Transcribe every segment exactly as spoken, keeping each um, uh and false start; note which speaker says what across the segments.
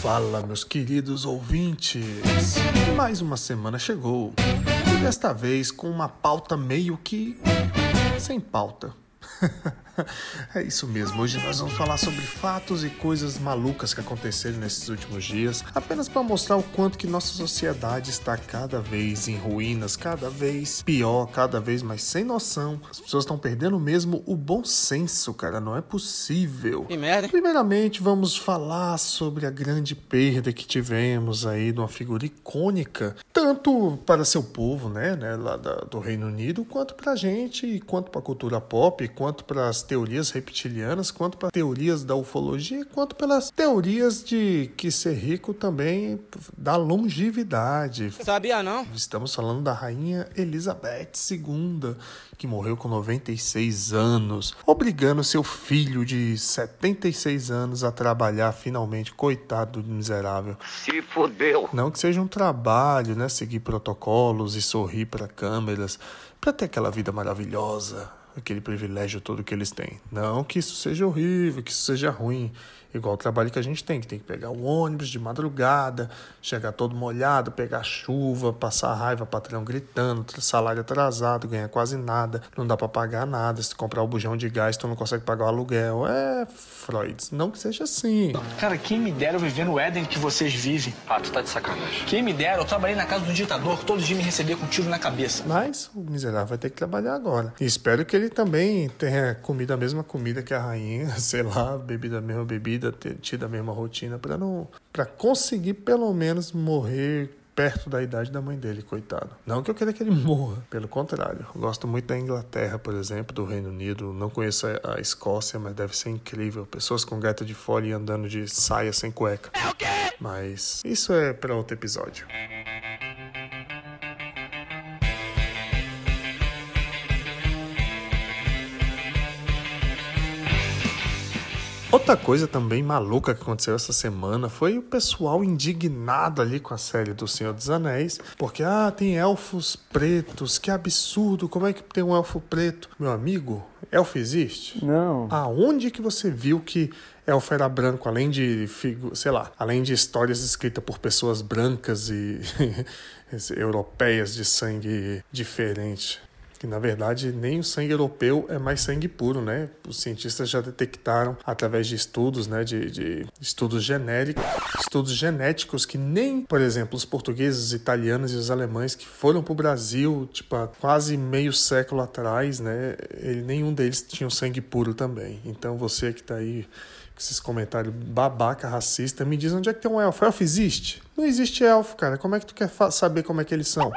Speaker 1: Fala, meus queridos ouvintes! Mais uma semana chegou, e desta vez com uma pauta meio que sem pauta. É isso mesmo, hoje nós vamos falar sobre fatos e coisas malucas que aconteceram nesses últimos dias, apenas para mostrar o quanto que nossa sociedade está cada vez em ruínas, cada vez pior, cada vez mais sem noção. As pessoas estão perdendo mesmo o bom senso, cara, não é possível.
Speaker 2: Que merda.
Speaker 1: Primeiramente, vamos falar sobre a grande perda que tivemos aí de uma figura icônica, tanto para seu povo, né, né lá da, do Reino Unido, quanto pra gente, quanto pra cultura pop, quanto para as teorias reptilianas, quanto para teorias da ufologia, quanto pelas teorias de que ser rico também dá longevidade.
Speaker 2: Sabia não?
Speaker 1: Estamos falando da rainha Elizabeth segunda, que morreu com noventa e seis anos, obrigando seu filho de setenta e seis anos a trabalhar finalmente, coitado do miserável.
Speaker 3: Se fodeu.
Speaker 1: Não que seja um trabalho, né, seguir protocolos e sorrir para câmeras, para ter aquela vida maravilhosa, aquele privilégio todo que eles têm. Não que isso seja horrível, que isso seja ruim. Igual o trabalho que a gente tem, que tem que pegar o ônibus de madrugada, chegar todo molhado, pegar chuva, passar raiva, patrão gritando, salário atrasado, ganhar quase nada, não dá pra pagar nada, se comprar o bujão de gás, tu não consegue pagar o aluguel. É, Freud, não que seja assim.
Speaker 4: Cara, quem me dera eu viver no Éden que vocês vivem.
Speaker 3: Ah, tu tá de sacanagem.
Speaker 4: Quem me dera eu trabalhei na casa do ditador, que todo dia me recebia com um tiro na cabeça.
Speaker 1: Mas o miserável vai ter que trabalhar agora. E espero que ele também tenha comido a mesma comida que a rainha, sei lá, bebido a mesma bebida, ter tido a mesma rotina, para não, para conseguir pelo menos morrer perto da idade da mãe dele, coitado. Não que eu queira que ele morra, pelo contrário. Eu gosto muito da Inglaterra, por exemplo, do Reino Unido. Não conheço a, a Escócia, mas deve ser incrível. Pessoas com gato de fora e andando de saia sem cueca.
Speaker 2: É o quê?
Speaker 1: Mas isso é para outro episódio. Outra coisa também maluca que aconteceu essa semana foi o pessoal indignado ali com a série do Senhor dos Anéis, porque, ah, tem elfos pretos, que absurdo, como é que tem um elfo preto? Meu amigo, elfo existe?
Speaker 5: Não.
Speaker 1: Aonde que você viu que elfo era branco, além de, figu- sei lá, além de histórias escritas por pessoas brancas e europeias de sangue diferente? Que na verdade nem o sangue europeu é mais sangue puro, né? Os cientistas já detectaram através de estudos, né, de, de estudos genéricos, estudos genéticos que nem, por exemplo, os portugueses, os italianos e os alemães que foram para o Brasil, tipo, há quase meio século atrás, né? Ele, nenhum deles tinha sangue puro também. Então você que tá aí com esses comentários babaca, racista, me diz onde é que tem um elfo. Elfo existe? Não existe elfo, cara. Como é que tu quer fa- saber como é que eles são?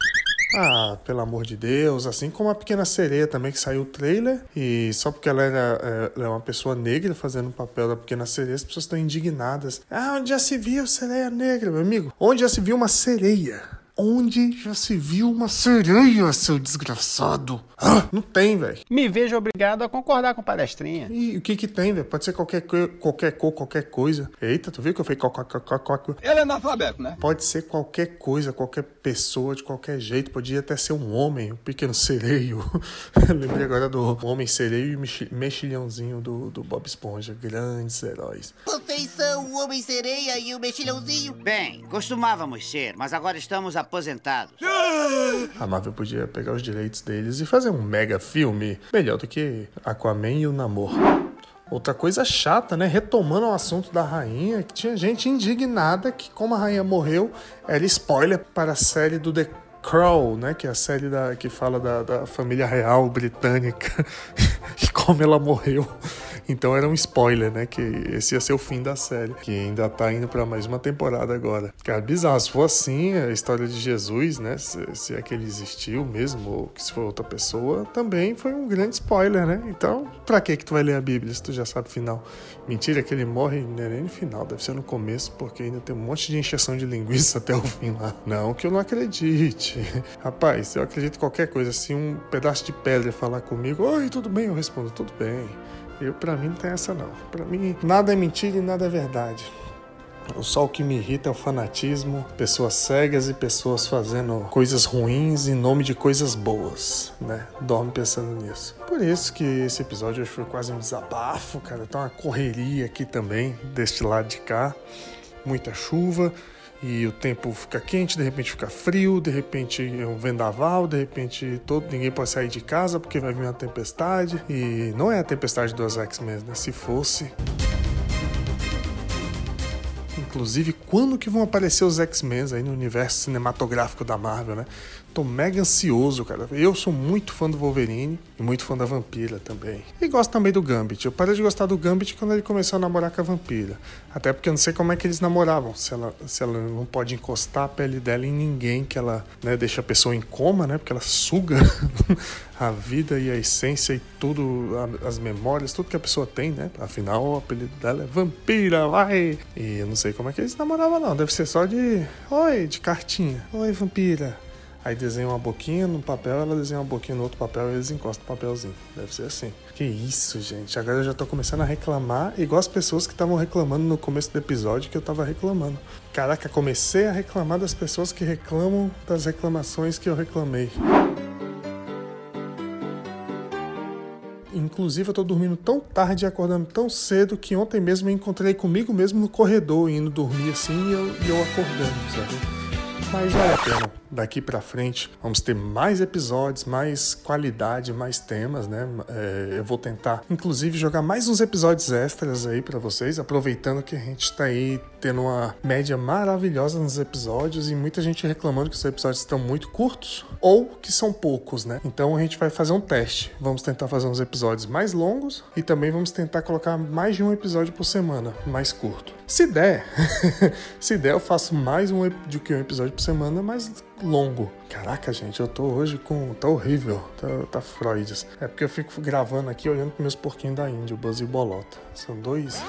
Speaker 1: Ah, pelo amor de Deus, assim como a Pequena Sereia também, que saiu o trailer, e só porque ela era, ela é uma pessoa negra fazendo o papel da Pequena Sereia, as pessoas estão indignadas. Ah, onde já se viu sereia negra, meu amigo? Onde já se viu uma sereia? Onde já se viu uma sereia, seu desgraçado? Ah, não tem, velho.
Speaker 2: Me vejo obrigado a concordar com palestrinha.
Speaker 1: E o que que tem, velho? Pode ser qualquer, co- qualquer cor, qualquer coisa. Eita, tu viu que eu falei qualquer coisa?
Speaker 2: Ele é analfabeto, né?
Speaker 1: Pode ser qualquer coisa, qualquer pessoa, de qualquer jeito. Podia até ser um homem, um pequeno sereio. Eu lembrei agora do Homem Sereio e Mexi- Mexilhãozinho do, do Bob Esponja. Grandes heróis.
Speaker 6: Vocês são o Homem-Sereia e o Mexilhãozinho?
Speaker 7: Bem, costumávamos ser, mas agora estamos aposentados.
Speaker 1: A Marvel podia pegar os direitos deles e fazer um mega filme melhor do que Aquaman e o Namor. Outra coisa chata, né? Retomando o assunto da rainha, que tinha gente indignada que, como a rainha morreu, era spoiler para a série do The Crown, né? Que é a série da, que fala da, da família real britânica e como ela morreu. Então era um spoiler, né? Que esse ia ser o fim da série, que ainda tá indo pra mais uma temporada agora. Cara, bizarro. Se for assim, a história de Jesus, né? Se, se é que ele existiu mesmo, ou que se for outra pessoa, também foi um grande spoiler, né? Então, pra que que tu vai ler a Bíblia se tu já sabe o final? Mentira que ele morre, não é nem no final, deve ser no começo, porque ainda tem um monte de encheção de linguiça até o fim lá. Não que eu não acredite. Rapaz, eu acredito em qualquer coisa. Se um pedaço de pedra falar comigo, oi, tudo bem? Eu respondo, tudo bem. Eu, pra mim, não tem essa, não. Pra mim, nada é mentira e nada é verdade. Só o que me irrita é o fanatismo, pessoas cegas e pessoas fazendo coisas ruins em nome de coisas boas, né? Dorme pensando nisso. Por isso que esse episódio hoje foi quase um desabafo, cara. Tá uma correria aqui também, deste lado de cá. muita chuva e o tempo fica quente, de repente fica frio, de repente é um vendaval, de repente todo, ninguém pode sair de casa porque vai vir uma tempestade. E não é a tempestade dos X-Men, né? Se fosse... Inclusive, quando que vão aparecer os X-Men aí no universo cinematográfico da Marvel, né? Tô mega ansioso, cara. Eu sou muito fã do Wolverine e muito fã da Vampira também. E gosto também do Gambit. Eu parei de gostar do Gambit quando ele começou a namorar com a Vampira. Até porque eu não sei como é que eles namoravam. Se ela, se ela não pode encostar a pele dela em ninguém, que ela, né, deixa a pessoa em coma, né? Porque ela suga a vida e a essência e tudo, as memórias, tudo que a pessoa tem, né? Afinal, o apelido dela é Vampira, vai! E eu não sei como é que eles namoravam, não. Deve ser só de... Oi, de cartinha. Oi, Vampira. Aí desenha uma boquinha no papel, ela desenha uma boquinha no outro papel e eles encostam o papelzinho. Deve ser assim. Que isso, gente. Agora eu já tô começando a reclamar, igual as pessoas que estavam reclamando no começo do episódio que eu tava reclamando. Caraca, comecei a reclamar das pessoas que reclamam das reclamações que eu reclamei. Inclusive eu tô dormindo tão tarde e acordando tão cedo que ontem mesmo eu encontrei comigo mesmo no corredor, indo dormir assim e eu, e eu acordando, sabe? Mas vale a pena. Daqui pra frente vamos ter mais episódios, mais qualidade, mais temas, né? É, eu vou tentar, inclusive, jogar mais uns episódios extras aí pra vocês, aproveitando que a gente tá aí tendo uma média maravilhosa nos episódios e muita gente reclamando que os episódios estão muito curtos ou que são poucos, né? Então a gente vai fazer um teste. Vamos tentar fazer uns episódios mais longos e também vamos tentar colocar mais de um episódio por semana, mais curto. Se der, se der eu faço mais um do que um episódio por semana, mas longo. Caraca, gente, eu tô hoje com... Tá horrível, tá, tá Freuds. É porque eu fico gravando aqui olhando pros meus porquinhos da Índia, o Buzz e o Bolota. São dois...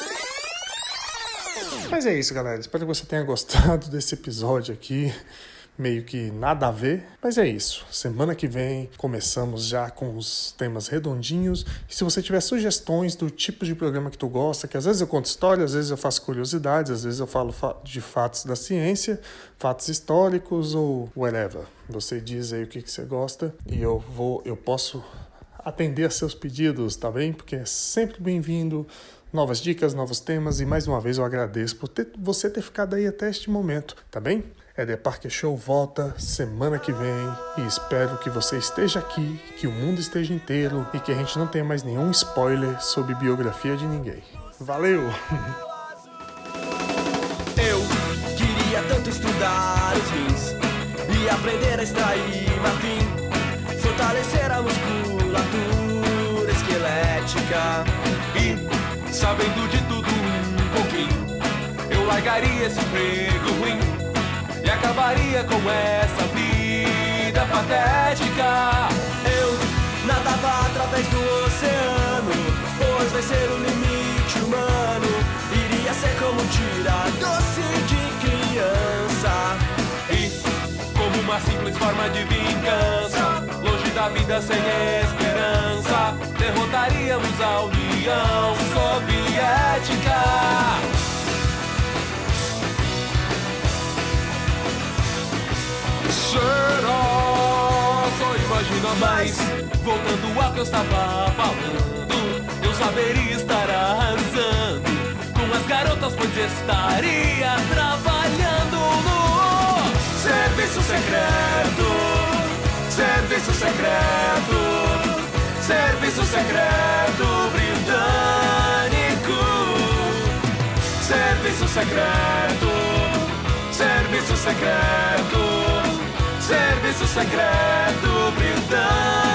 Speaker 1: Mas é isso, galera. Espero que você tenha gostado desse episódio aqui. Meio que nada a ver, mas é isso. Semana que vem começamos já com os temas redondinhos. E se você tiver sugestões do tipo de programa que tu gosta, que às vezes eu conto história, às vezes eu faço curiosidades, às vezes eu falo de fatos da ciência, fatos históricos ou whatever. Você diz aí o que, que você gosta e eu vou, eu posso atender a seus pedidos, tá bem? Porque é sempre bem-vindo. Novas dicas, novos temas e mais uma vez eu agradeço por ter, você ter ficado aí até este momento, tá bem? Éder Parker Show volta semana que vem e espero que você esteja aqui, que o mundo esteja inteiro e que a gente não tenha mais nenhum spoiler sobre biografia de ninguém. Valeu!
Speaker 5: Eu queria tanto estudar os rins e aprender a extrair marfim, fortalecer a musculatura esquelética e, sabendo de tudo um pouquinho, eu largaria esse emprego ruim e acabaria com essa vida patética. Eu nadava através do oceano, pois vai ser o limite humano. Iria ser como tirar doce de criança e, como uma simples forma de vingança, longe da vida sem esperança, derrotaríamos a União Soviética. Será? Só imagina mais. Voltando ao que eu estava falando, eu saberia estar arrasando com as garotas, pois estaria trabalhando no serviço secreto. Serviço secreto. Serviço secreto britânico. Serviço secreto. Serviço secreto. Serviço secreto britânico.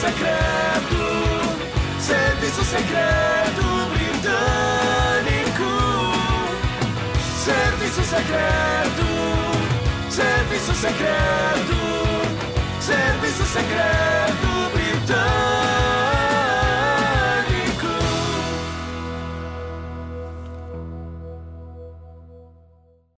Speaker 5: secreto, serviço secreto britânico, serviço secreto, serviço secreto.